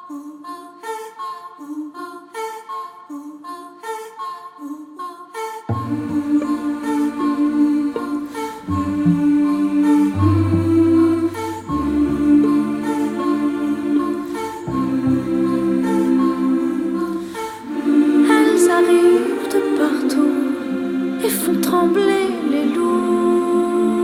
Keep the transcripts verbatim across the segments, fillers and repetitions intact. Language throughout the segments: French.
Elles arrivent de partout et font trembler les loups.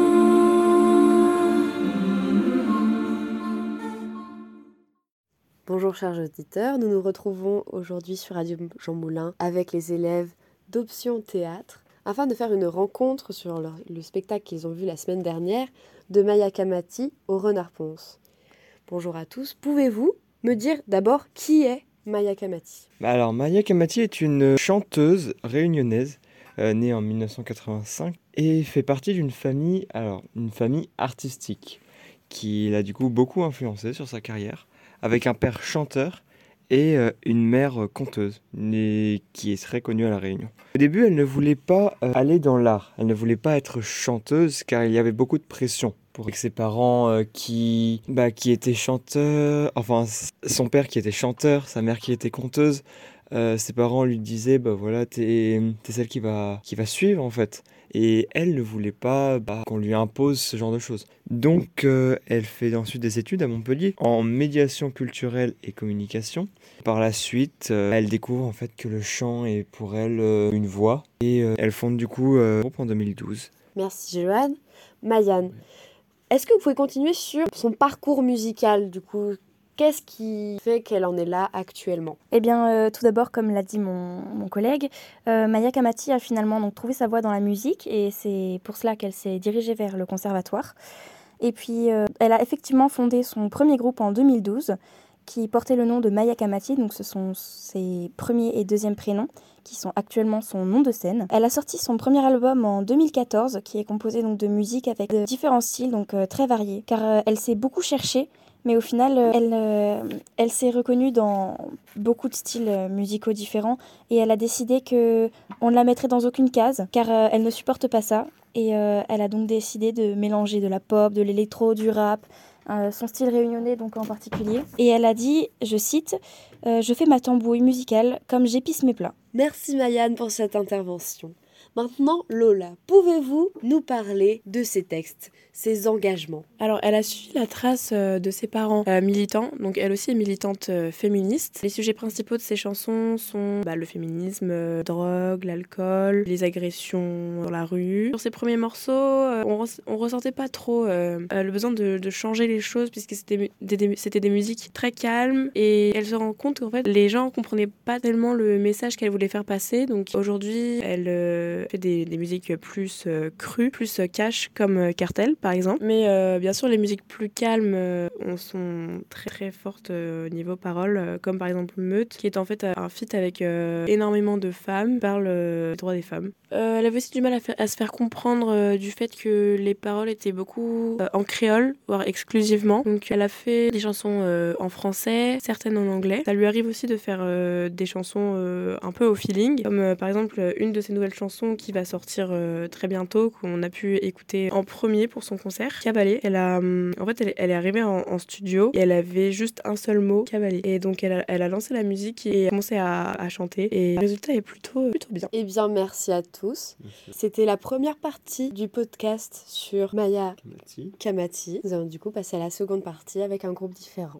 Bonjour chers auditeurs, nous nous retrouvons aujourd'hui sur Radio Jean Moulin avec les élèves d'Option Théâtre afin de faire une rencontre sur le, le spectacle qu'ils ont vu la semaine dernière de Maya Kamati au Renard Ponce. Bonjour à tous, pouvez-vous me dire d'abord qui est Maya Kamati ? Alors Maya Kamati est une chanteuse réunionnaise euh, née en dix-neuf cent quatre-vingt-cinq et fait partie d'une famille, alors une famille artistique qui l'a du coup beaucoup influencé sur sa carrière, avec un père chanteur et euh, une mère euh, conteuse, et qui est très connue à La Réunion. Au début, elle ne voulait pas euh, aller dans l'art, elle ne voulait pas être chanteuse car il y avait beaucoup de pression pour ses parents euh, qui, bah, qui étaient chanteurs, enfin son père qui était chanteur, sa mère qui était conteuse. Euh, ses parents lui disaient bah voilà t'es, t'es celle qui va, qui va suivre en fait. Et elle ne voulait pas bah, qu'on lui impose ce genre de choses. Donc euh, elle fait ensuite des études à Montpellier en médiation culturelle et communication. Par la suite, euh, elle découvre en fait que le chant est pour elle euh, une voix. Et euh, elle fonde du coup euh, un groupe en deux mille douze. Merci Joanne. Mayan, est-ce que vous pouvez continuer sur son parcours musical du coup ? Qu'est-ce qui fait qu'elle en est là actuellement ? Eh bien, euh, tout d'abord, comme l'a dit mon, mon collègue, euh, Maya Kamati a finalement donc, trouvé sa voie dans la musique et c'est pour cela qu'elle s'est dirigée vers le conservatoire. Et puis, euh, elle a effectivement fondé son premier groupe en deux mille douze qui portait le nom de Maya Kamati, donc ce sont ses premiers et deuxièmes prénoms qui sont actuellement son nom de scène. Elle a sorti son premier album en deux mille quatorze qui est composé donc, de musique avec de différents styles, donc euh, très variés, car euh, elle s'est beaucoup cherchée. Mais au final, euh, elle, euh, elle s'est reconnue dans beaucoup de styles euh, musicaux différents et elle a décidé qu'on ne la mettrait dans aucune case car euh, elle ne supporte pas ça. Et euh, elle a donc décidé de mélanger de la pop, de l'électro, du rap, euh, son style réunionnais donc en particulier. Et elle a dit, je cite, euh, « Je fais ma tambouille musicale comme j'épice mes plats ». Merci Mayan pour cette intervention. Maintenant, Lola, pouvez-vous nous parler de ses textes, ses engagements ? Alors, elle a suivi la trace euh, de ses parents euh, militants, donc elle aussi est militante euh, féministe. Les sujets principaux de ses chansons sont bah, le féminisme, euh, drogue, l'alcool, les agressions dans la rue. Sur ses premiers morceaux, euh, on, res- on ressentait pas trop euh, euh, le besoin de, de changer les choses puisque c'était, mu- des, des, c'était des musiques très calmes et elle se rend compte qu'en fait, les gens comprenaient pas tellement le message qu'elle voulait faire passer. Donc aujourd'hui, elle euh, fait des, des musiques plus euh, crues, plus euh, cash comme euh, Cartel par exemple. Mais euh, bien sûr les musiques plus calmes euh, sont très très fortes euh, au niveau paroles, euh, comme par exemple Meute, qui est en fait un feat avec euh, énormément de femmes, qui parle euh, des droits des femmes. Euh, elle avait aussi du mal à, faire, à se faire comprendre euh, du fait que les paroles étaient beaucoup euh, en créole, voire exclusivement. Donc elle a fait des chansons euh, en français, certaines en anglais. Ça lui arrive aussi de faire euh, des chansons euh, un peu au feeling, comme euh, par exemple une de ses nouvelles chansons qui va sortir euh, très bientôt, qu'on a pu écouter en premier pour son concert, Cabalet. Elle a, euh, en fait, elle, elle est arrivée en, en studio et elle avait juste un seul mot, Cabalet. Et donc elle a, elle a lancé la musique et a commencé à, à chanter. Et le résultat est plutôt, plutôt bien. Eh bien, merci à tous. C'était la première partie du podcast sur Maya Kamati. Kamati. Nous allons du coup passer à la seconde partie avec un groupe différent.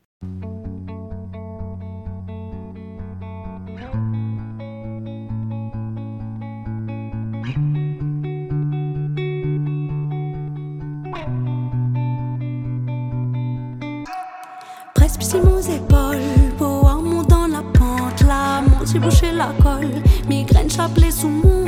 Presque sur mes épaules, pour amour dans la pente, là, mon petit boucher la colle, migraine chapelet sous mon